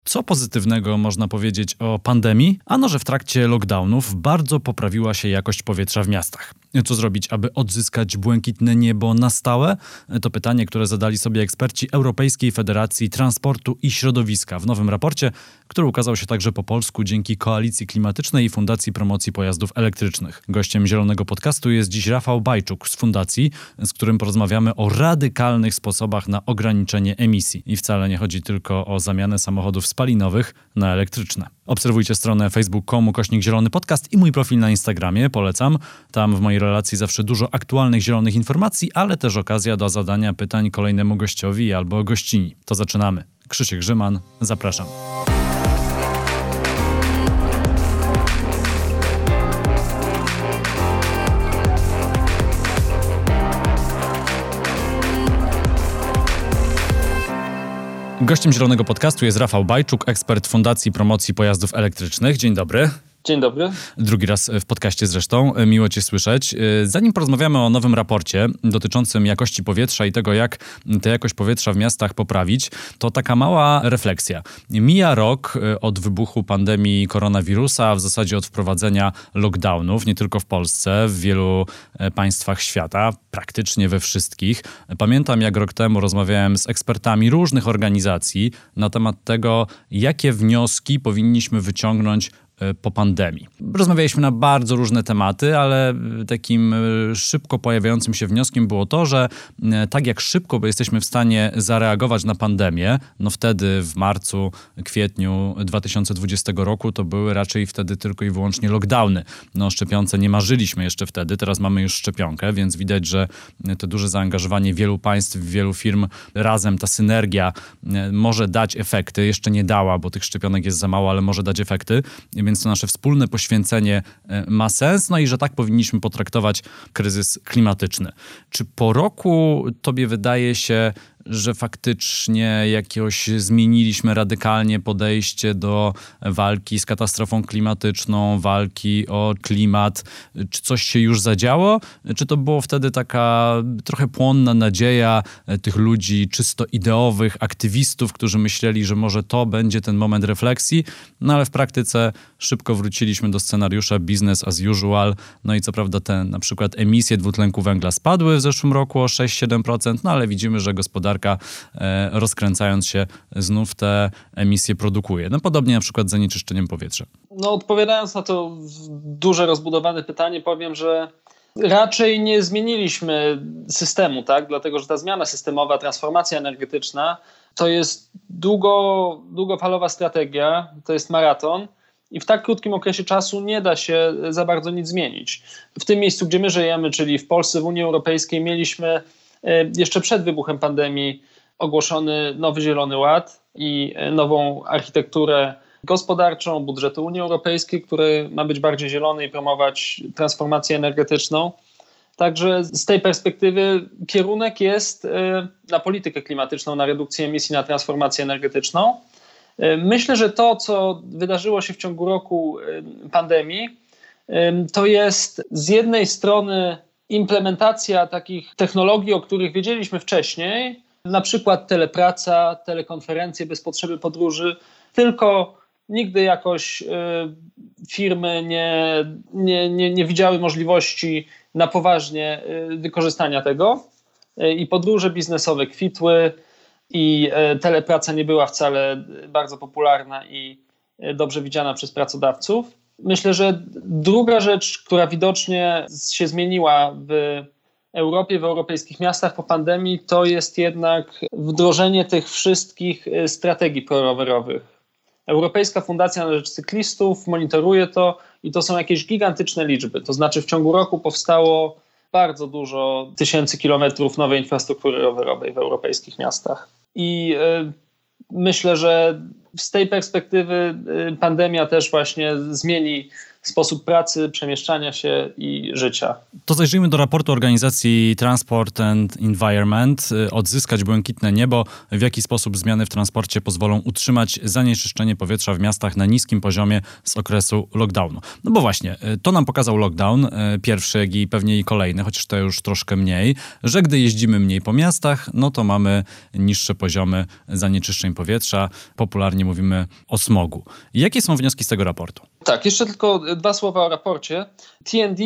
Co pozytywnego można powiedzieć o pandemii? Ano, że w trakcie lockdownów bardzo poprawiła się jakość powietrza w miastach. Co zrobić, aby odzyskać błękitne niebo na stałe? To pytanie, które zadali sobie eksperci Europejskiej Federacji Transportu i Środowiska w nowym raporcie, który ukazał się także po polsku dzięki Koalicji Klimatycznej i Fundacji Promocji Pojazdów Elektrycznych. Gościem Zielonego Podcastu jest dziś Rafał Bajczuk z Fundacji, z którym porozmawiamy o radykalnych sposobach na ograniczenie emisji. I wcale nie chodzi tylko o zamianę samochodów spalinowych na elektryczne. Obserwujcie stronę facebook.com/Zielony Podcast i mój profil na Instagramie, polecam. Tam w mojej relacji zawsze dużo aktualnych zielonych informacji, ale też okazja do zadania pytań kolejnemu gościowi albo gościni. To zaczynamy. Krzysiek Grzyman, zapraszam. Gościem Zielonego Podcastu jest Rafał Bajczuk, ekspert Fundacji Promocji Pojazdów Elektrycznych. Dzień dobry. Dzień dobry. Drugi raz w podcaście zresztą. Miło Cię słyszeć. Zanim porozmawiamy o nowym raporcie dotyczącym jakości powietrza i tego, jak tę jakość powietrza w miastach poprawić, to taka mała refleksja. Mija rok od wybuchu pandemii koronawirusa, w zasadzie od wprowadzenia lockdownów, nie tylko w Polsce, w wielu państwach świata, praktycznie we wszystkich. Pamiętam, jak rok temu rozmawiałem z ekspertami różnych organizacji na temat tego, jakie wnioski powinniśmy wyciągnąć po pandemii. Rozmawialiśmy na bardzo różne tematy, ale takim szybko pojawiającym się wnioskiem było to, że tak jak szybko jesteśmy w stanie zareagować na pandemię, no wtedy w marcu, kwietniu 2020 roku to były raczej wtedy tylko i wyłącznie lockdowny. No o szczepionce nie marzyliśmy jeszcze wtedy, teraz mamy już szczepionkę, więc widać, że to duże zaangażowanie wielu państw, wielu firm razem, ta synergia może dać efekty. Jeszcze nie dała, bo tych szczepionek jest za mało, ale może dać efekty. Więc to nasze wspólne poświęcenie ma sens, no i że tak powinniśmy potraktować kryzys klimatyczny. Czy po roku tobie wydaje się, że faktycznie jakoś zmieniliśmy radykalnie podejście do walki z katastrofą klimatyczną, walki o klimat? Czy coś się już zadziało? Czy to było wtedy taka trochę płonna nadzieja tych ludzi czysto ideowych, aktywistów, którzy myśleli, że może to będzie ten moment refleksji? No ale w praktyce szybko wróciliśmy do scenariusza business as usual. No i co prawda te na przykład emisje dwutlenku węgla spadły w zeszłym roku o 6-7%, no ale widzimy, że gospodarka rozkręcając się znów te emisje produkuje. No podobnie na przykład z zanieczyszczeniem powietrza. No odpowiadając na to duże, rozbudowane pytanie, powiem, że raczej nie zmieniliśmy systemu, tak? Dlatego, że ta zmiana systemowa, transformacja energetyczna to jest długofalowa strategia, to jest maraton i w tak krótkim okresie czasu nie da się za bardzo nic zmienić. W tym miejscu, gdzie my żyjemy, czyli w Polsce, w Unii Europejskiej, mieliśmy jeszcze przed wybuchem pandemii ogłoszony nowy Zielony Ład i nową architekturę gospodarczą budżetu Unii Europejskiej, który ma być bardziej zielony i promować transformację energetyczną. Także z tej perspektywy kierunek jest na politykę klimatyczną, na redukcję emisji, na transformację energetyczną. Myślę, że to, co wydarzyło się w ciągu roku pandemii, to jest z jednej strony implementacja takich technologii, o których wiedzieliśmy wcześniej, na przykład telepraca, telekonferencje bez potrzeby podróży, tylko nigdy jakoś firmy nie widziały możliwości na poważnie wykorzystania tego i podróże biznesowe kwitły i telepraca nie była wcale bardzo popularna i dobrze widziana przez pracodawców. Myślę, że druga rzecz, która widocznie się zmieniła w Europie, w europejskich miastach po pandemii, to jest jednak wdrożenie tych wszystkich strategii prorowerowych. Europejska Fundacja na Rzecz Cyklistów monitoruje to i to są jakieś gigantyczne liczby. To znaczy w ciągu roku powstało bardzo dużo tysięcy kilometrów nowej infrastruktury rowerowej w europejskich miastach. I myślę, że z tej perspektywy pandemia też właśnie zmieni sposób pracy, przemieszczania się i życia. To zajrzyjmy do raportu organizacji Transport and Environment. Odzyskać błękitne niebo. W jaki sposób zmiany w transporcie pozwolą utrzymać zanieczyszczenie powietrza w miastach na niskim poziomie z okresu lockdownu. No bo właśnie, to nam pokazał lockdown, pierwszy, jak i pewnie i kolejny, chociaż to już troszkę mniej, że gdy jeździmy mniej po miastach, no to mamy niższe poziomy zanieczyszczeń powietrza. Popularnie nie mówimy o smogu. Jakie są wnioski z tego raportu? Tak, jeszcze tylko 2 słowa o raporcie. TND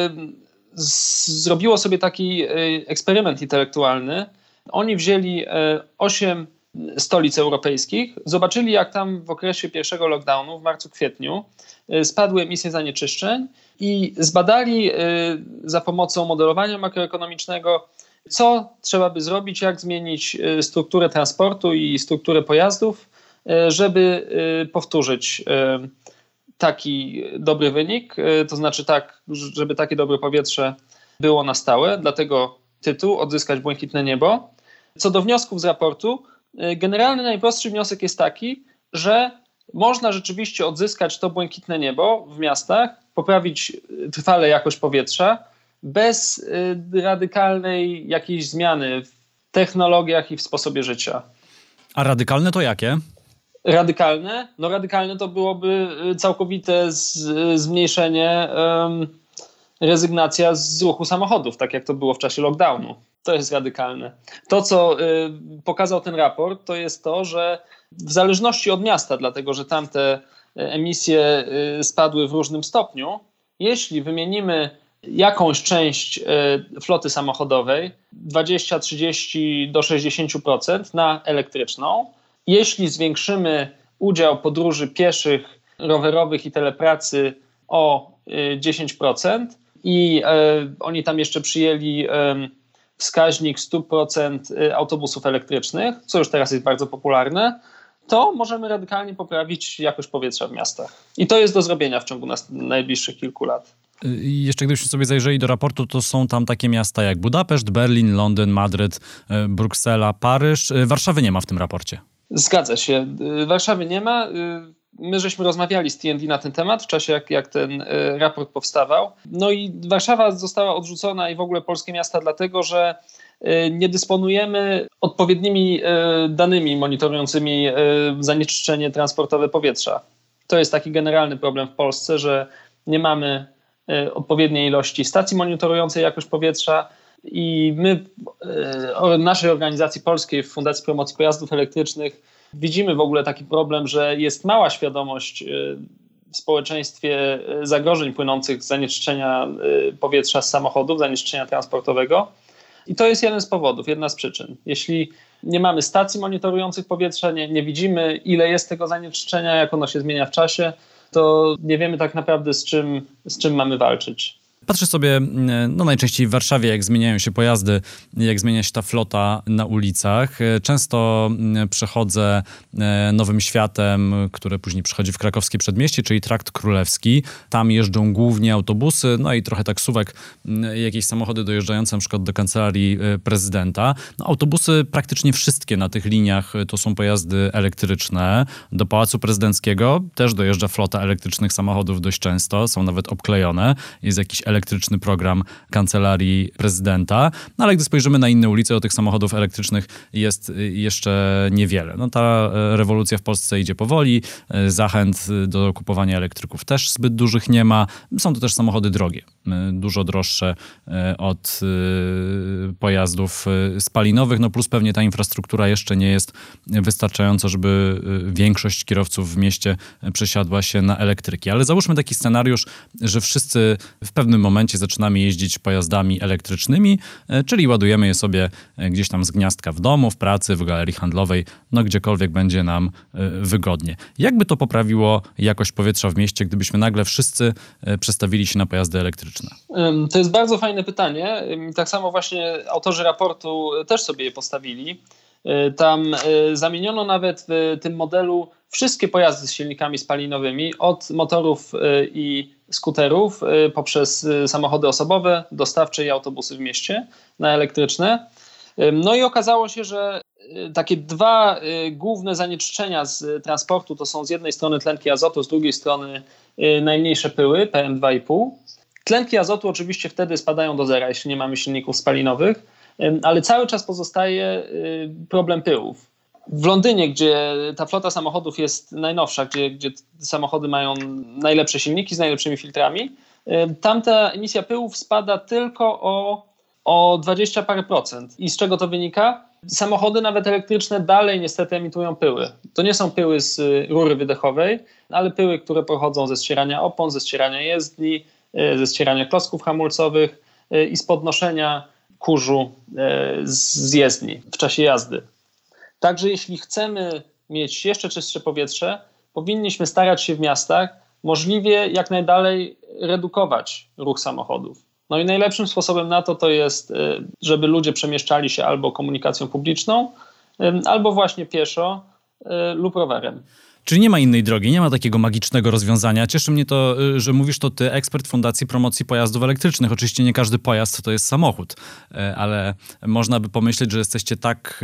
zrobiło sobie taki eksperyment intelektualny. Oni wzięli 8 stolic europejskich, zobaczyli, jak tam w okresie pierwszego lockdownu w marcu-kwietniu spadły emisje zanieczyszczeń i zbadali za pomocą modelowania makroekonomicznego, co trzeba by zrobić, jak zmienić strukturę transportu i strukturę pojazdów, żeby powtórzyć taki dobry wynik, to znaczy tak, żeby takie dobre powietrze było na stałe, dlatego tytuł Odzyskać błękitne niebo. Co do wniosków z raportu, generalny najprostszy wniosek jest taki, że można rzeczywiście odzyskać to błękitne niebo w miastach, poprawić trwale jakość powietrza bez radykalnej jakiejś zmiany w technologiach i w sposobie życia. A radykalne to jakie? Radykalne? No radykalne to byłoby całkowite zmniejszenie, rezygnacja z ruchu samochodów, tak jak to było w czasie lockdownu. To jest radykalne. To, co pokazał ten raport, to jest to, że w zależności od miasta, dlatego że tamte emisje spadły w różnym stopniu, jeśli wymienimy jakąś część floty samochodowej, 20, 30 do 60% na elektryczną, jeśli zwiększymy udział podróży pieszych, rowerowych i telepracy o 10% i oni tam jeszcze przyjęli wskaźnik 100% autobusów elektrycznych, co już teraz jest bardzo popularne, to możemy radykalnie poprawić jakość powietrza w miastach. I to jest do zrobienia w ciągu najbliższych kilku lat. Jeszcze gdybyśmy sobie zajrzeli do raportu, to są tam takie miasta jak Budapeszt, Berlin, Londyn, Madryt, Bruksela, Paryż. Warszawy nie ma w tym raporcie. Zgadza się. Warszawy nie ma. My żeśmy rozmawiali z TND na ten temat w czasie, jak ten raport powstawał. No i Warszawa została odrzucona i w ogóle polskie miasta dlatego, że nie dysponujemy odpowiednimi danymi monitorującymi zanieczyszczenie transportowe powietrza. To jest taki generalny problem w Polsce, że nie mamy odpowiedniej ilości stacji monitorującej jakość powietrza i my w naszej organizacji polskiej, w Fundacji Promocji Pojazdów Elektrycznych, widzimy w ogóle taki problem, że jest mała świadomość w społeczeństwie zagrożeń płynących z zanieczyszczenia powietrza z samochodów, zanieczyszczenia transportowego. I to jest jeden z powodów, jedna z przyczyn. Jeśli nie mamy stacji monitorujących powietrza, nie widzimy, ile jest tego zanieczyszczenia, jak ono się zmienia w czasie, to nie wiemy tak naprawdę, z czym mamy walczyć. Patrzę sobie, najczęściej w Warszawie, jak zmieniają się pojazdy, jak zmienia się ta flota na ulicach. Często przechodzę Nowym Światem, które później przechodzi w krakowskie przedmieście, czyli Trakt Królewski. Tam jeżdżą głównie autobusy, no i trochę taksówek, jakieś samochody dojeżdżające na przykład do kancelarii prezydenta. Autobusy praktycznie wszystkie na tych liniach to są pojazdy elektryczne. Do Pałacu Prezydenckiego też dojeżdża flota elektrycznych samochodów dość często, są nawet obklejone. Jest jakiś elektryczny program kancelarii prezydenta, no ale gdy spojrzymy na inne ulice, to tych samochodów elektrycznych jest jeszcze niewiele. Ta rewolucja w Polsce idzie powoli, zachęt do kupowania elektryków też zbyt dużych nie ma. Są to też samochody drogie, dużo droższe od pojazdów spalinowych, plus pewnie ta infrastruktura jeszcze nie jest wystarczająca, żeby większość kierowców w mieście przesiadła się na elektryki. Ale załóżmy taki scenariusz, że wszyscy w pewnym momencie zaczynamy jeździć pojazdami elektrycznymi, czyli ładujemy je sobie gdzieś tam z gniazdka w domu, w pracy, w galerii handlowej, gdziekolwiek będzie nam wygodnie. Jak by to poprawiło jakość powietrza w mieście, gdybyśmy nagle wszyscy przestawili się na pojazdy elektryczne? To jest bardzo fajne pytanie. Tak samo właśnie autorzy raportu też sobie je postawili. Tam zamieniono nawet w tym modelu wszystkie pojazdy z silnikami spalinowymi, od motorów i skuterów poprzez samochody osobowe, dostawcze i autobusy w mieście na elektryczne. No i okazało się, że takie dwa główne zanieczyszczenia z transportu to są z jednej strony tlenki azotu, z drugiej strony najmniejsze pyły, PM2,5. Tlenki azotu oczywiście wtedy spadają do zera, jeśli nie mamy silników spalinowych, ale cały czas pozostaje problem pyłów. W Londynie, gdzie ta flota samochodów jest najnowsza, gdzie samochody mają najlepsze silniki z najlepszymi filtrami, tam ta emisja pyłów spada tylko o 20 parę procent. I z czego to wynika? Samochody nawet elektryczne dalej niestety emitują pyły. To nie są pyły z rury wydechowej, ale pyły, które pochodzą ze ścierania opon, ze ścierania jezdni, ze ścierania klocków hamulcowych i z podnoszenia kurzu z jezdni w czasie jazdy. Także jeśli chcemy mieć jeszcze czystsze powietrze, powinniśmy starać się w miastach możliwie jak najdalej redukować ruch samochodów. No i najlepszym sposobem na to jest, żeby ludzie przemieszczali się albo komunikacją publiczną, albo właśnie pieszo lub rowerem. Czyli nie ma innej drogi, nie ma takiego magicznego rozwiązania. Cieszy mnie to, że mówisz to ty, ekspert Fundacji Promocji Pojazdów Elektrycznych. Oczywiście nie każdy pojazd to jest samochód, ale można by pomyśleć, że jesteście tak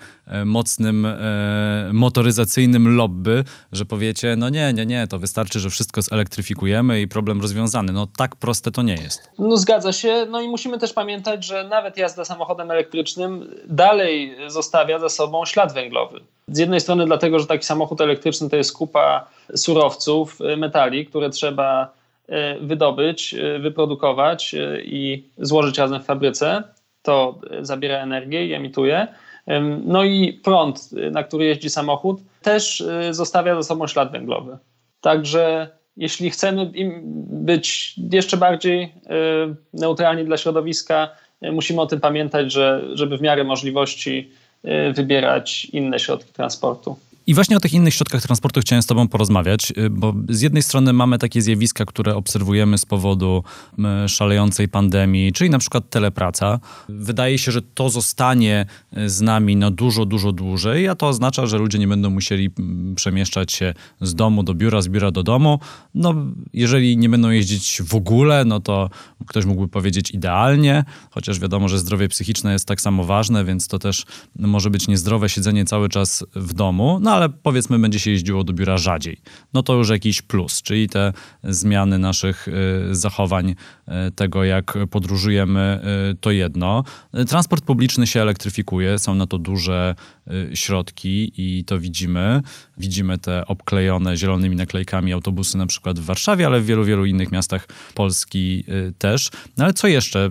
mocnym motoryzacyjnym lobby, że powiecie, no nie, to wystarczy, że wszystko zelektryfikujemy i problem rozwiązany. No tak proste to nie jest. No zgadza się, no i musimy też pamiętać, że nawet jazda samochodem elektrycznym dalej zostawia za sobą ślad węglowy. Z jednej strony dlatego, że taki samochód elektryczny to jest kupa surowców, metali, które trzeba wydobyć, wyprodukować i złożyć razem w fabryce. To zabiera energię i emituje. No i prąd, na który jeździ samochód, też zostawia za sobą ślad węglowy. Także jeśli chcemy być jeszcze bardziej neutralni dla środowiska, musimy o tym pamiętać, żeby w miarę możliwości wybierać inne środki transportu. I właśnie o tych innych środkach transportu chciałem z tobą porozmawiać, bo z jednej strony mamy takie zjawiska, które obserwujemy z powodu szalejącej pandemii, czyli na przykład telepraca. Wydaje się, że to zostanie z nami na dużo, dużo dłużej, a to oznacza, że ludzie nie będą musieli przemieszczać się z domu do biura, z biura do domu. No, jeżeli nie będą jeździć w ogóle, no to ktoś mógłby powiedzieć idealnie, chociaż wiadomo, że zdrowie psychiczne jest tak samo ważne, więc to też może być niezdrowe siedzenie cały czas w domu. No ale powiedzmy, będzie się jeździło do biura rzadziej. No to już jakiś plus, czyli te zmiany naszych zachowań, tego jak podróżujemy, to jedno. Transport publiczny się elektryfikuje, są na to duże środki i to widzimy. Widzimy te obklejone zielonymi naklejkami autobusy na przykład w Warszawie, ale w wielu, wielu innych miastach Polski też. No ale co jeszcze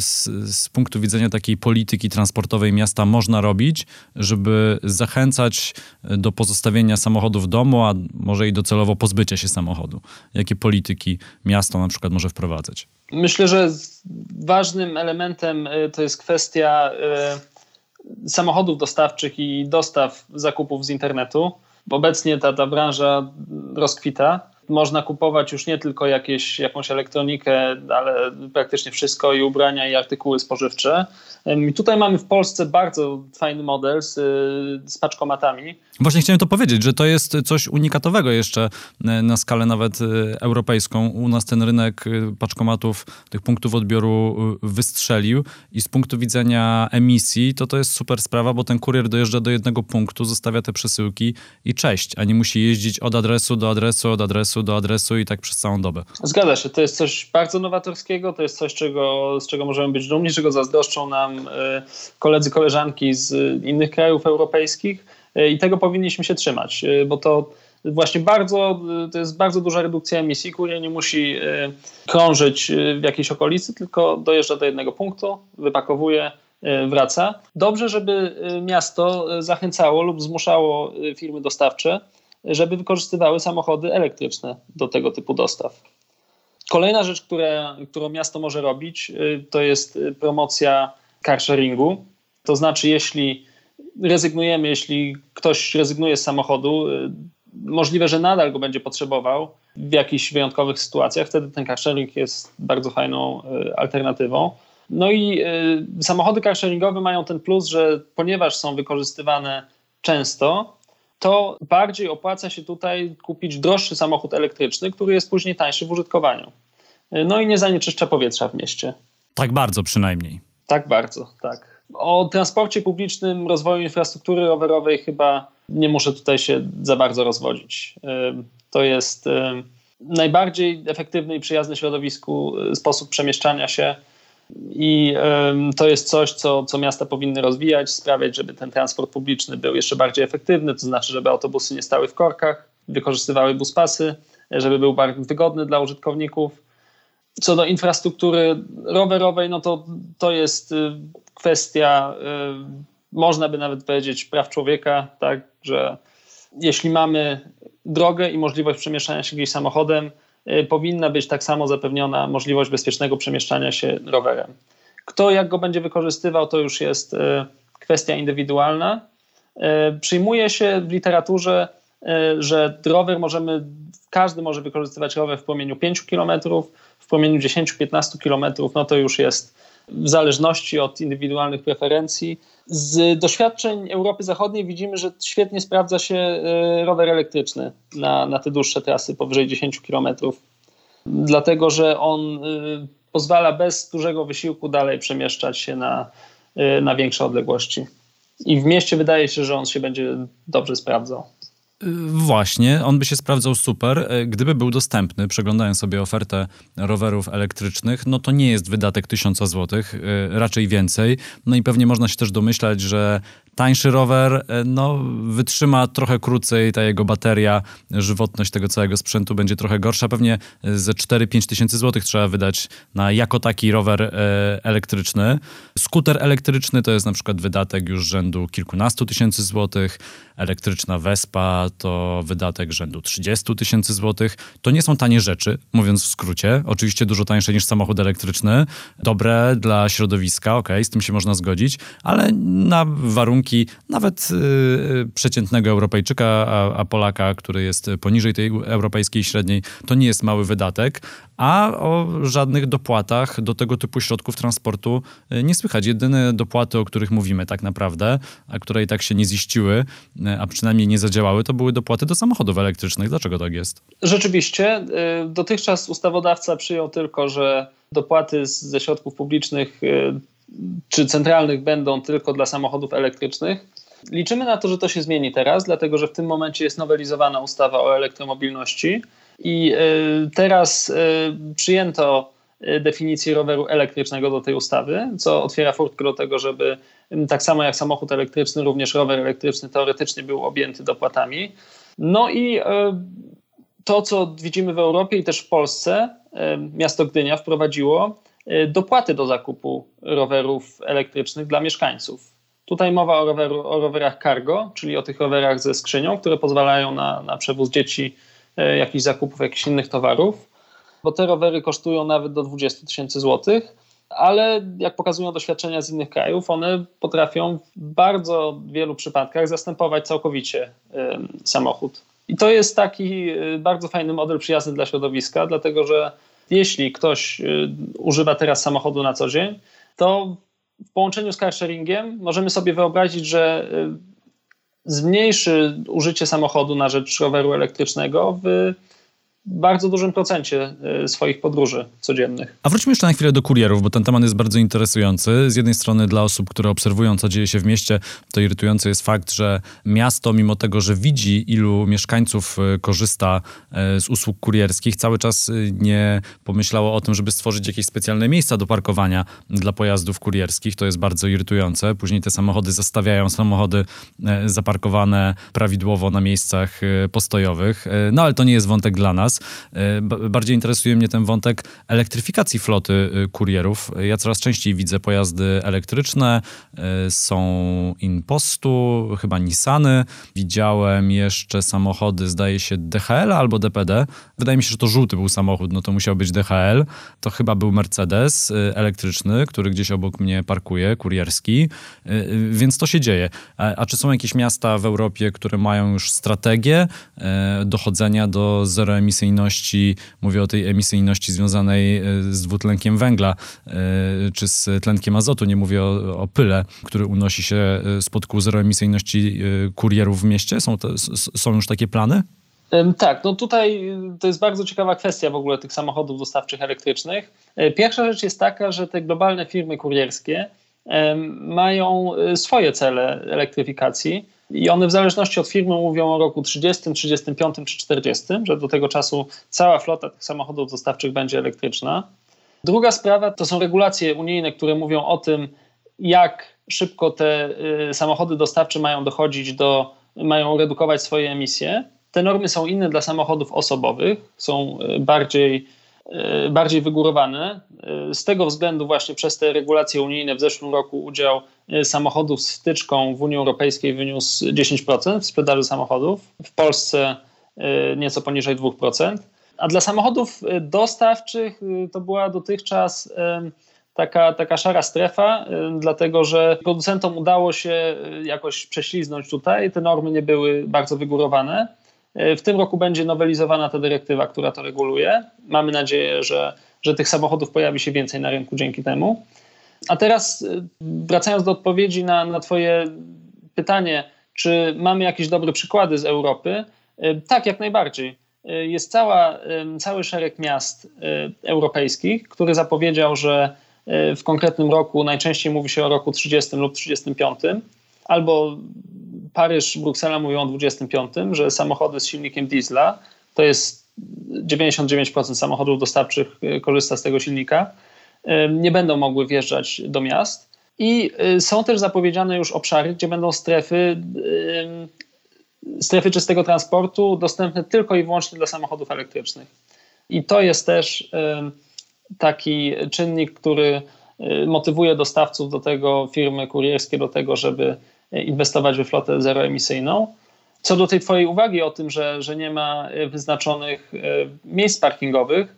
z punktu widzenia takiej polityki transportowej miasta można robić, żeby zachęcać do pozostawienia samochodu w domu, a może i docelowo pozbycia się samochodu? Jakie polityki miasto na przykład może wprowadzać? Myślę, że ważnym elementem to jest kwestia samochodów dostawczych i dostaw zakupów z internetu. Obecnie ta branża rozkwita. Można kupować już nie tylko jakąś elektronikę, ale praktycznie wszystko i ubrania i artykuły spożywcze. I tutaj mamy w Polsce bardzo fajny model z paczkomatami. Właśnie chciałem to powiedzieć, że to jest coś unikatowego jeszcze na skalę nawet europejską. U nas ten rynek paczkomatów, tych punktów odbioru wystrzelił i z punktu widzenia emisji to jest super sprawa, bo ten kurier dojeżdża do jednego punktu, zostawia te przesyłki i cześć, a nie musi jeździć od adresu do adresu, od adresu do adresu i tak przez całą dobę. Zgadza się, to jest coś bardzo nowatorskiego, to jest coś, z czego możemy być dumni, czego zazdroszczą nam koledzy, koleżanki z innych krajów europejskich i tego powinniśmy się trzymać, bo to właśnie to jest bardzo duża redukcja emisji. Kurier nie musi krążyć w jakiejś okolicy, tylko dojeżdża do jednego punktu, wypakowuje, wraca. Dobrze, żeby miasto zachęcało lub zmuszało firmy dostawcze, żeby wykorzystywały samochody elektryczne do tego typu dostaw. Kolejna rzecz, którą miasto może robić, to jest promocja carsharingu. To znaczy, jeśli ktoś rezygnuje z samochodu, możliwe, że nadal go będzie potrzebował w jakichś wyjątkowych sytuacjach. Wtedy ten carsharing jest bardzo fajną alternatywą. No i samochody carsharingowe mają ten plus, że ponieważ są wykorzystywane często, to bardziej opłaca się tutaj kupić droższy samochód elektryczny, który jest później tańszy w użytkowaniu. No i nie zanieczyszcza powietrza w mieście. Tak bardzo przynajmniej. Tak bardzo, tak. O transporcie publicznym, rozwoju infrastruktury rowerowej chyba nie muszę tutaj się za bardzo rozwodzić. To jest najbardziej efektywny i przyjazny środowisku sposób przemieszczania się i to jest coś, co miasta powinny rozwijać, sprawiać, żeby ten transport publiczny był jeszcze bardziej efektywny, to znaczy, żeby autobusy nie stały w korkach, wykorzystywały buspasy, żeby był bardziej wygodny dla użytkowników. Co do infrastruktury rowerowej, no to jest kwestia można by nawet powiedzieć, praw człowieka, tak, że jeśli mamy drogę i możliwość przemieszczania się gdzieś samochodem, powinna być tak samo zapewniona możliwość bezpiecznego przemieszczania się rowerem. Kto jak go będzie wykorzystywał, to już jest kwestia indywidualna. Przyjmuje się w literaturze, że każdy może wykorzystywać rower w promieniu 5 km, w promieniu 10-15 km, no to już jest w zależności od indywidualnych preferencji. Z doświadczeń Europy Zachodniej widzimy, że świetnie sprawdza się rower elektryczny na te dłuższe trasy powyżej 10 km, dlatego że on pozwala bez dużego wysiłku dalej przemieszczać się na większe odległości. I w mieście wydaje się, że on się będzie dobrze sprawdzał. Właśnie, on by się sprawdzał super, gdyby był dostępny. Przeglądając sobie ofertę rowerów elektrycznych, no to nie jest wydatek 1000 zł, raczej więcej. No i pewnie można się też domyślać, że tańszy rower wytrzyma trochę krócej, ta jego bateria, żywotność tego całego sprzętu będzie trochę gorsza. Pewnie ze 4-5 tysięcy złotych trzeba wydać na jako taki rower elektryczny. Skuter elektryczny to jest na przykład wydatek już rzędu kilkunastu tysięcy złotych. Elektryczna Vespa to wydatek rzędu 30 tysięcy złotych. To nie są tanie rzeczy, mówiąc w skrócie. Oczywiście dużo tańsze niż samochód elektryczny. Dobre dla środowiska, okej, z tym się można zgodzić, ale na warunki nawet przeciętnego Europejczyka, a Polaka, który jest poniżej tej europejskiej średniej, to nie jest mały wydatek, a o żadnych dopłatach do tego typu środków transportu nie słychać. Jedyne dopłaty, o których mówimy tak naprawdę, a które i tak się nie ziściły, a przynajmniej nie zadziałały, to były dopłaty do samochodów elektrycznych. Dlaczego tak jest? Rzeczywiście. Dotychczas ustawodawca przyjął tylko, że dopłaty ze środków publicznych czy centralnych będą tylko dla samochodów elektrycznych. Liczymy na to, że to się zmieni teraz, dlatego że w tym momencie jest nowelizowana ustawa o elektromobilności i teraz przyjęto definicję roweru elektrycznego do tej ustawy, co otwiera furtkę do tego, żeby tak samo jak samochód elektryczny, również rower elektryczny teoretycznie był objęty dopłatami. No i to, co widzimy w Europie i też w Polsce, miasto Gdynia wprowadziło dopłaty do zakupu rowerów elektrycznych dla mieszkańców. Tutaj mowa o rowerach cargo, czyli o tych rowerach ze skrzynią, które pozwalają na przewóz dzieci, jakichś zakupów, jakichś innych towarów, bo te rowery kosztują nawet do 20 tysięcy złotych, ale jak pokazują doświadczenia z innych krajów, one potrafią w bardzo wielu przypadkach zastępować całkowicie samochód. I to jest taki bardzo fajny model przyjazny dla środowiska, dlatego że jeśli ktoś używa teraz samochodu na co dzień, to w połączeniu z carsharingiem możemy sobie wyobrazić, że zmniejszy użycie samochodu na rzecz roweru elektrycznego w bardzo dużym procencie swoich podróży codziennych. A wróćmy jeszcze na chwilę do kurierów, bo ten temat jest bardzo interesujący. Z jednej strony dla osób, które obserwują, co dzieje się w mieście, to irytujący jest fakt, że miasto, mimo tego, że widzi, ilu mieszkańców korzysta z usług kurierskich, cały czas nie pomyślało o tym, żeby stworzyć jakieś specjalne miejsca do parkowania dla pojazdów kurierskich. To jest bardzo irytujące. Później te samochody zastawiają samochody zaparkowane prawidłowo na miejscach postojowych. No ale to nie jest wątek dla nas. Bardziej interesuje mnie ten wątek elektryfikacji floty kurierów. Ja coraz częściej widzę pojazdy elektryczne, są Impostu, chyba Nissany. Widziałem jeszcze samochody, zdaje się, DHL albo DPD. Wydaje mi się, że to żółty był samochód, no to musiał być DHL. To chyba był Mercedes elektryczny, który gdzieś obok mnie parkuje, kurierski. Więc to się dzieje. A czy są jakieś miasta w Europie, które mają już strategię dochodzenia do zeroemisyjności? Mówię o tej emisyjności związanej z dwutlenkiem węgla czy z tlenkiem azotu. Nie mówię o pyle, który unosi się spod kół zeroemisyjności kurierów w mieście. Są już takie plany? Tak, no tutaj to jest bardzo ciekawa kwestia w ogóle tych samochodów dostawczych elektrycznych. Pierwsza rzecz jest taka, że te globalne firmy kurierskie mają swoje cele elektryfikacji i one w zależności od firmy mówią o roku 30, 35 czy 40, że do tego czasu cała flota tych samochodów dostawczych będzie elektryczna. Druga sprawa to są regulacje unijne, które mówią o tym, jak szybko te samochody dostawcze mają redukować swoje emisje. Te normy są inne dla samochodów osobowych, są bardziej bardziej wygórowany. Z tego względu właśnie przez te regulacje unijne w zeszłym roku udział samochodów z wtyczką w Unii Europejskiej wyniósł 10% w sprzedaży samochodów. W Polsce nieco poniżej 2%. A dla samochodów dostawczych to była dotychczas taka szara strefa, dlatego że producentom udało się jakoś prześliznąć tutaj. Te normy nie były bardzo wygórowane. W tym roku będzie nowelizowana ta dyrektywa, która to reguluje. Mamy nadzieję, że tych samochodów pojawi się więcej na rynku dzięki temu. A teraz wracając do odpowiedzi na twoje pytanie, czy mamy jakieś dobre przykłady z Europy? Tak, jak najbardziej. Jest cały szereg miast europejskich, który zapowiedział, że w konkretnym roku, najczęściej mówi się o roku 30 lub 35, albo Paryż, Bruksela mówią o 25, że samochody z silnikiem diesla, to jest 99% samochodów dostawczych korzysta z tego silnika, nie będą mogły wjeżdżać do miast. I są też zapowiedziane już obszary, gdzie będą strefy czystego transportu dostępne tylko i wyłącznie dla samochodów elektrycznych. I to jest też taki czynnik, który motywuje dostawców do tego, firmy kurierskie do tego, żeby inwestować we flotę zeroemisyjną. Co do tej twojej uwagi o tym, że nie ma wyznaczonych miejsc parkingowych,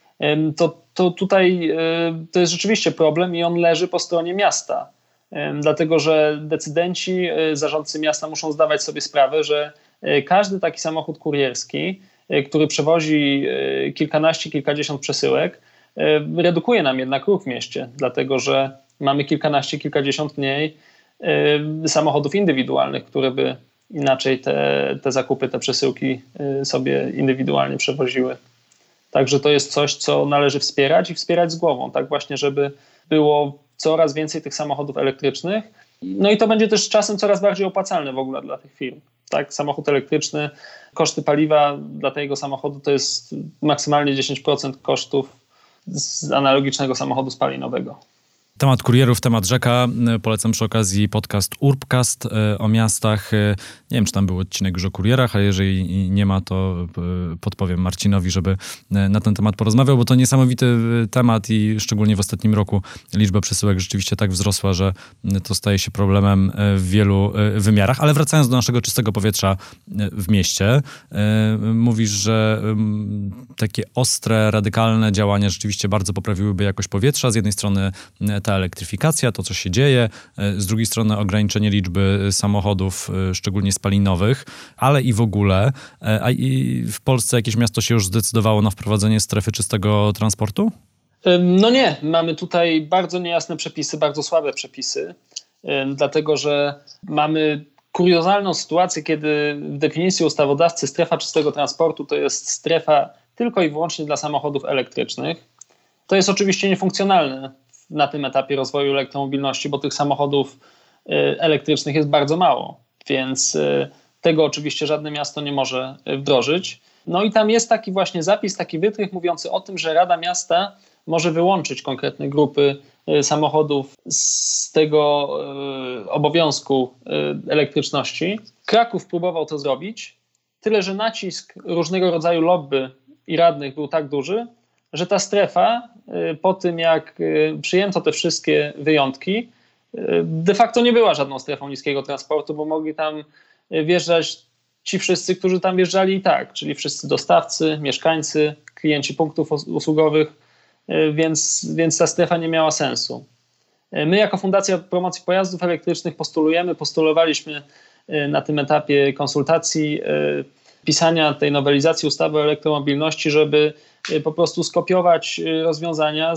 to tutaj to jest rzeczywiście problem i on leży po stronie miasta. Dlatego, że decydenci, zarządcy miasta muszą zdawać sobie sprawę, że każdy taki samochód kurierski, który przewozi kilkanaście, kilkadziesiąt przesyłek, redukuje nam jednak ruch w mieście, dlatego że mamy kilkanaście, kilkadziesiąt mniej samochodów indywidualnych, które by inaczej te zakupy, te przesyłki sobie indywidualnie przewoziły. Także to jest coś, co należy wspierać i wspierać z głową, tak właśnie, żeby było coraz więcej tych samochodów elektrycznych. No i to będzie też czasem coraz bardziej opłacalne w ogóle dla tych firm. Tak? Samochód elektryczny, koszty paliwa dla tego samochodu to jest maksymalnie 10% kosztów z analogicznego samochodu spalinowego. Temat kurierów, temat rzeka. Polecam przy okazji podcast Urbcast o miastach. Nie wiem, czy tam był odcinek już o kurierach, a jeżeli nie ma, to podpowiem Marcinowi, żeby na ten temat porozmawiał, bo to niesamowity temat i szczególnie w ostatnim roku liczba przesyłek rzeczywiście tak wzrosła, że to staje się problemem w wielu wymiarach. Ale wracając do naszego czystego powietrza w mieście, mówisz, że takie ostre, radykalne działania rzeczywiście bardzo poprawiłyby jakość powietrza. Z jednej strony ta elektryfikacja, to co się dzieje, z drugiej strony ograniczenie liczby samochodów, szczególnie spalinowych, ale i w ogóle. A i w Polsce jakieś miasto się już zdecydowało na wprowadzenie strefy czystego transportu? No nie, mamy tutaj bardzo niejasne przepisy, bardzo słabe przepisy, dlatego że mamy kuriozalną sytuację, kiedy w definicji ustawodawcy strefa czystego transportu to jest strefa tylko i wyłącznie dla samochodów elektrycznych. To jest oczywiście niefunkcjonalne na tym etapie rozwoju elektromobilności, bo tych samochodów elektrycznych jest bardzo mało, więc tego oczywiście żadne miasto nie może wdrożyć. No i tam jest taki właśnie zapis, taki wytrych mówiący o tym, że Rada Miasta może wyłączyć konkretne grupy samochodów z tego obowiązku elektryczności. Kraków próbował to zrobić, tyle że nacisk różnego rodzaju lobby i radnych był tak duży, że ta strefa po tym, jak przyjęto te wszystkie wyjątki, de facto nie była żadną strefą niskiego transportu, bo mogli tam wjeżdżać ci wszyscy, którzy tam wjeżdżali i tak, czyli wszyscy dostawcy, mieszkańcy, klienci punktów usługowych, więc ta strefa nie miała sensu. My jako Fundacja Promocji Pojazdów Elektrycznych postulowaliśmy na tym etapie konsultacji pisania tej nowelizacji ustawy o elektromobilności, żeby po prostu skopiować rozwiązania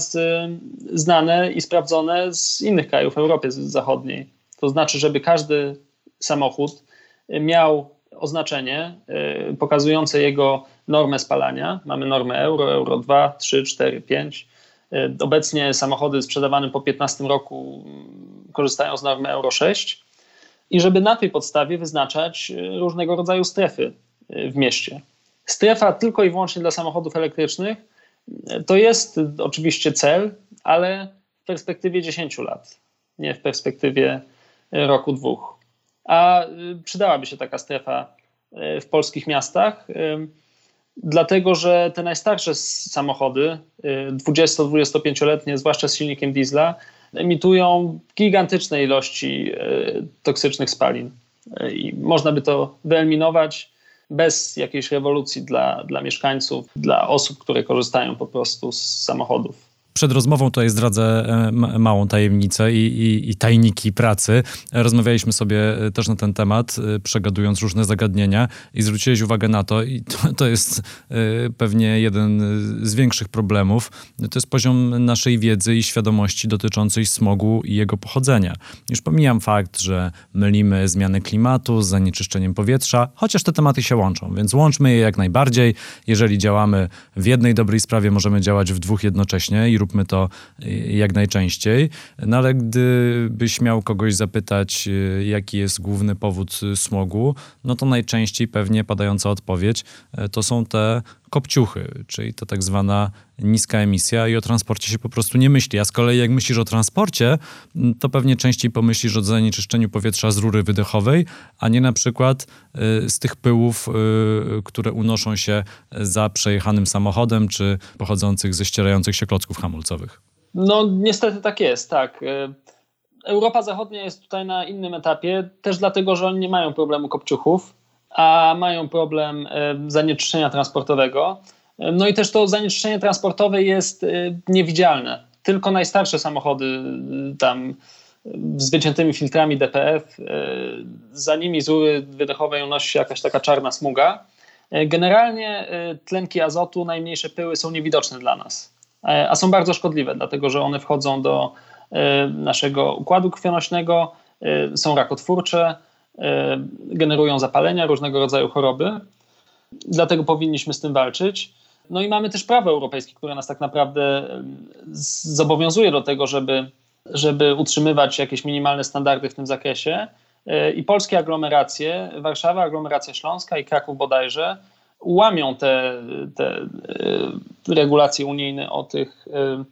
znane i sprawdzone z innych krajów Europy Zachodniej. To znaczy, żeby każdy samochód miał oznaczenie pokazujące jego normę spalania. Mamy normę Euro 2, 3, 4, 5. Obecnie samochody sprzedawane po 15 roku korzystają z normy Euro 6 i żeby na tej podstawie wyznaczać różnego rodzaju strefy w mieście. Strefa tylko i wyłącznie dla samochodów elektrycznych to jest oczywiście cel, ale w perspektywie 10 lat, nie w perspektywie roku, dwóch. A przydałaby się taka strefa w polskich miastach. dlatego że te najstarsze samochody, 20-25-letnie, zwłaszcza z silnikiem diesla, emitują gigantyczne ilości toksycznych spalin. I można by to wyeliminować bez jakiejś rewolucji dla mieszkańców, dla osób, które korzystają po prostu z samochodów. Przed rozmową tutaj zdradzę małą tajemnicę i tajniki pracy. Rozmawialiśmy sobie też na ten temat, przegadując różne zagadnienia i zwróciłeś uwagę na to, i to jest pewnie jeden z większych problemów, to jest poziom naszej wiedzy i świadomości dotyczącej smogu i jego pochodzenia. Już pomijam fakt, że mylimy zmiany klimatu z zanieczyszczeniem powietrza, chociaż te tematy się łączą, więc łączmy je jak najbardziej. Jeżeli działamy w jednej dobrej sprawie, możemy działać w dwóch jednocześnie i róbmy to jak najczęściej. No ale gdybyś miał kogoś zapytać, jaki jest główny powód smogu, no to najczęściej pewnie padająca odpowiedź to są te kopciuchy, czyli to tak zwana niska emisja i o transporcie się po prostu nie myśli. A z kolei jak myślisz o transporcie, to pewnie częściej pomyślisz o zanieczyszczeniu powietrza z rury wydechowej, a nie na przykład z tych pyłów, które unoszą się za przejechanym samochodem, czy pochodzących ze ścierających się klocków hamulcowych. No niestety tak jest, tak. Europa Zachodnia jest tutaj na innym etapie, też dlatego, że oni nie mają problemu kopciuchów, a mają problem zanieczyszczenia transportowego. No i też to zanieczyszczenie transportowe jest niewidzialne. Tylko najstarsze samochody tam z wyciętymi filtrami DPF, za nimi z rury wydechowej unosi się jakaś taka czarna smuga. Generalnie tlenki azotu, najmniejsze pyły są niewidoczne dla nas, a są bardzo szkodliwe, dlatego że one wchodzą do naszego układu krwionośnego, są rakotwórcze, generują zapalenia, różnego rodzaju choroby. Dlatego powinniśmy z tym walczyć. No i mamy też prawo europejskie, które nas tak naprawdę zobowiązuje do tego, żeby utrzymywać jakieś minimalne standardy w tym zakresie. I polskie aglomeracje, Warszawa, aglomeracja śląska i Kraków bodajże, łamią te regulacje unijne o tych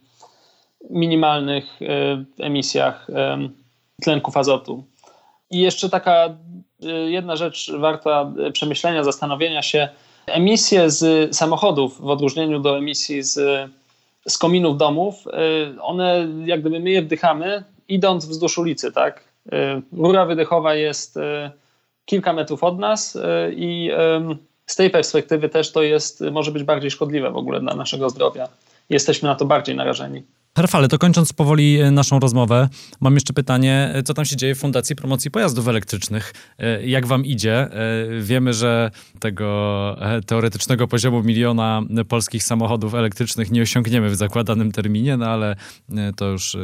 minimalnych emisjach tlenków azotu. I jeszcze taka jedna rzecz warta przemyślenia, zastanowienia się. Emisje z samochodów, w odróżnieniu do emisji z kominów domów, one jak gdyby my je wdychamy idąc wzdłuż ulicy, tak? Rura wydechowa jest kilka metrów od nas i z tej perspektywy też to może być bardziej szkodliwe w ogóle dla naszego zdrowia. Jesteśmy na to bardziej narażeni. Rafale, to kończąc powoli naszą rozmowę, mam jeszcze pytanie, co tam się dzieje w Fundacji Promocji Pojazdów Elektrycznych? Jak wam idzie? Wiemy, że tego teoretycznego poziomu 1 miliona polskich samochodów elektrycznych nie osiągniemy w zakładanym terminie, no ale to już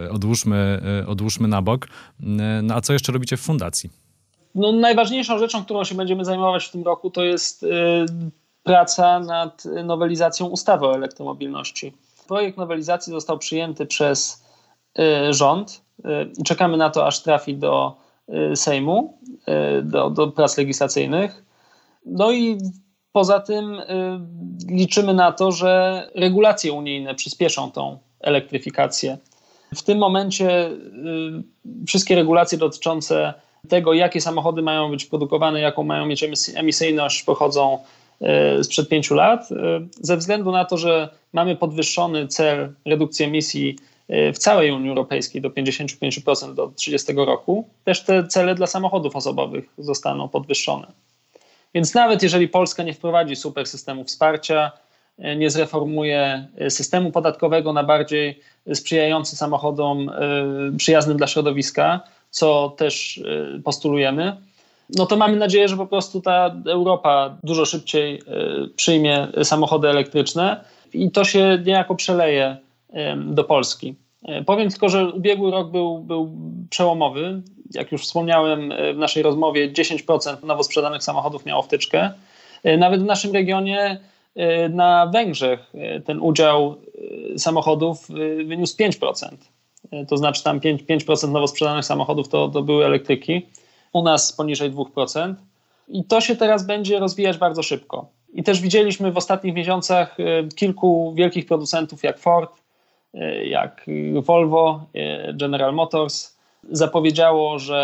odłóżmy na bok. No a co jeszcze robicie w Fundacji? No, najważniejszą rzeczą, którą się będziemy zajmować w tym roku, to jest praca nad nowelizacją ustawy o elektromobilności. Projekt nowelizacji został przyjęty przez rząd i czekamy na to, aż trafi do Sejmu, do prac legislacyjnych. No i poza tym liczymy na to, że regulacje unijne przyspieszą tą elektryfikację. W tym momencie wszystkie regulacje dotyczące tego, jakie samochody mają być produkowane, jaką mają mieć emisyjność, pochodzą sprzed 5 lat. Ze względu na to, że mamy podwyższony cel redukcji emisji w całej Unii Europejskiej do 55% do 30 roku, też te cele dla samochodów osobowych zostaną podwyższone. Więc nawet jeżeli Polska nie wprowadzi super systemu wsparcia, nie zreformuje systemu podatkowego na bardziej sprzyjający samochodom, przyjaznym dla środowiska, co też postulujemy, no to mamy nadzieję, że po prostu ta Europa dużo szybciej przyjmie samochody elektryczne i to się niejako przeleje do Polski. Powiem tylko, że ubiegły rok był przełomowy. Jak już wspomniałem w naszej rozmowie, 10% nowo sprzedanych samochodów miało wtyczkę. Nawet w naszym regionie na Węgrzech ten udział samochodów wyniósł 5%. To znaczy tam 5% nowo sprzedanych samochodów to były elektryki. U nas poniżej 2%. I to się teraz będzie rozwijać bardzo szybko. I też widzieliśmy w ostatnich miesiącach kilku wielkich producentów jak Ford, jak Volvo, General Motors zapowiedziało, że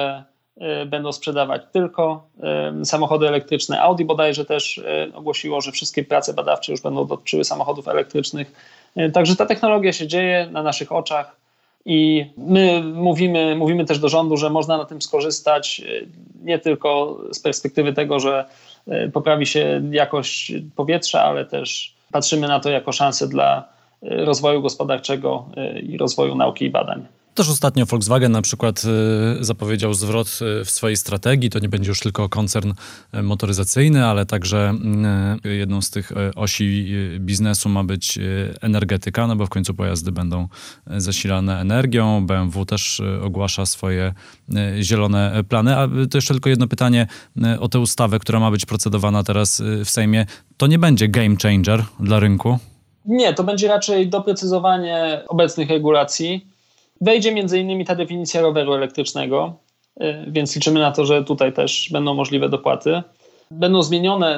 będą sprzedawać tylko samochody elektryczne. Audi bodajże też ogłosiło, że wszystkie prace badawcze już będą dotyczyły samochodów elektrycznych. Także ta technologia się dzieje na naszych oczach i my mówimy też do rządu, że można na tym skorzystać nie tylko z perspektywy tego, że poprawi się jakość powietrza, ale też patrzymy na to jako szansę dla rozwoju gospodarczego i rozwoju nauki i badań. Też ostatnio Volkswagen na przykład zapowiedział zwrot w swojej strategii. To nie będzie już tylko koncern motoryzacyjny, ale także jedną z tych osi biznesu ma być energetyka, no bo w końcu pojazdy będą zasilane energią. BMW też ogłasza swoje zielone plany. A to jeszcze tylko jedno pytanie o tę ustawę, która ma być procedowana teraz w Sejmie. To nie będzie game changer dla rynku? Nie, to będzie raczej doprecyzowanie obecnych regulacji. Wejdzie m.in. ta definicja roweru elektrycznego, więc liczymy na to, że tutaj też będą możliwe dopłaty. Będą zmienione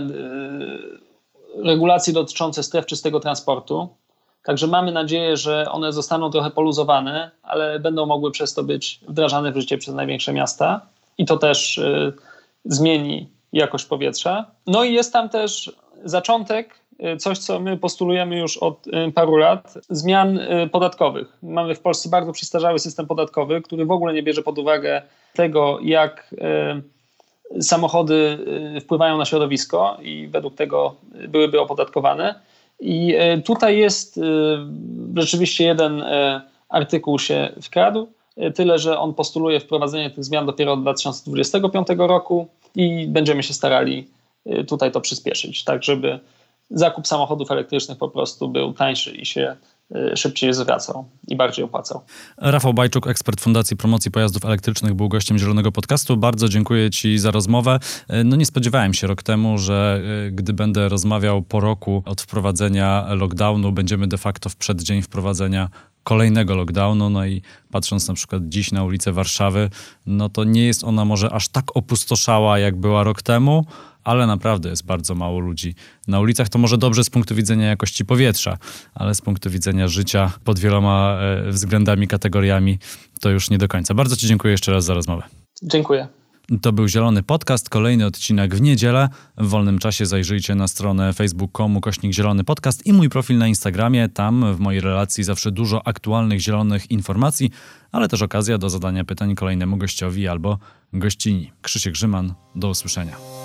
regulacje dotyczące stref czystego transportu, także mamy nadzieję, że one zostaną trochę poluzowane, ale będą mogły przez to być wdrażane w życie przez największe miasta i to też zmieni jakość powietrza. No i jest tam też zaczątek, coś, co my postulujemy już od paru lat, zmian podatkowych. Mamy w Polsce bardzo przestarzały system podatkowy, który w ogóle nie bierze pod uwagę tego, jak samochody wpływają na środowisko i według tego byłyby opodatkowane. I tutaj jest rzeczywiście jeden artykuł się wkradł, tyle, że on postuluje wprowadzenie tych zmian dopiero od 2025 roku i będziemy się starali tutaj to przyspieszyć, tak żeby zakup samochodów elektrycznych po prostu był tańszy i się szybciej zwracał i bardziej opłacał. Rafał Bajczuk, ekspert Fundacji Promocji Pojazdów Elektrycznych, był gościem Zielonego Podcastu. Bardzo dziękuję Ci za rozmowę. No nie spodziewałem się rok temu, że gdy będę rozmawiał po roku od wprowadzenia lockdownu, będziemy de facto w przeddzień wprowadzenia kolejnego lockdownu, no i patrząc na przykład dziś na ulicę Warszawy, no to nie jest ona może aż tak opustoszała, jak była rok temu, ale naprawdę jest bardzo mało ludzi na ulicach. To może dobrze z punktu widzenia jakości powietrza, ale z punktu widzenia życia pod wieloma względami, kategoriami to już nie do końca. Bardzo Ci dziękuję jeszcze raz za rozmowę. Dziękuję. To był Zielony Podcast, kolejny odcinek w niedzielę. W wolnym czasie zajrzyjcie na stronę facebook.com/Zielony Podcast i mój profil na Instagramie. Tam w mojej relacji zawsze dużo aktualnych zielonych informacji, ale też okazja do zadania pytań kolejnemu gościowi albo gościni. Krzysiek Grzyman, do usłyszenia.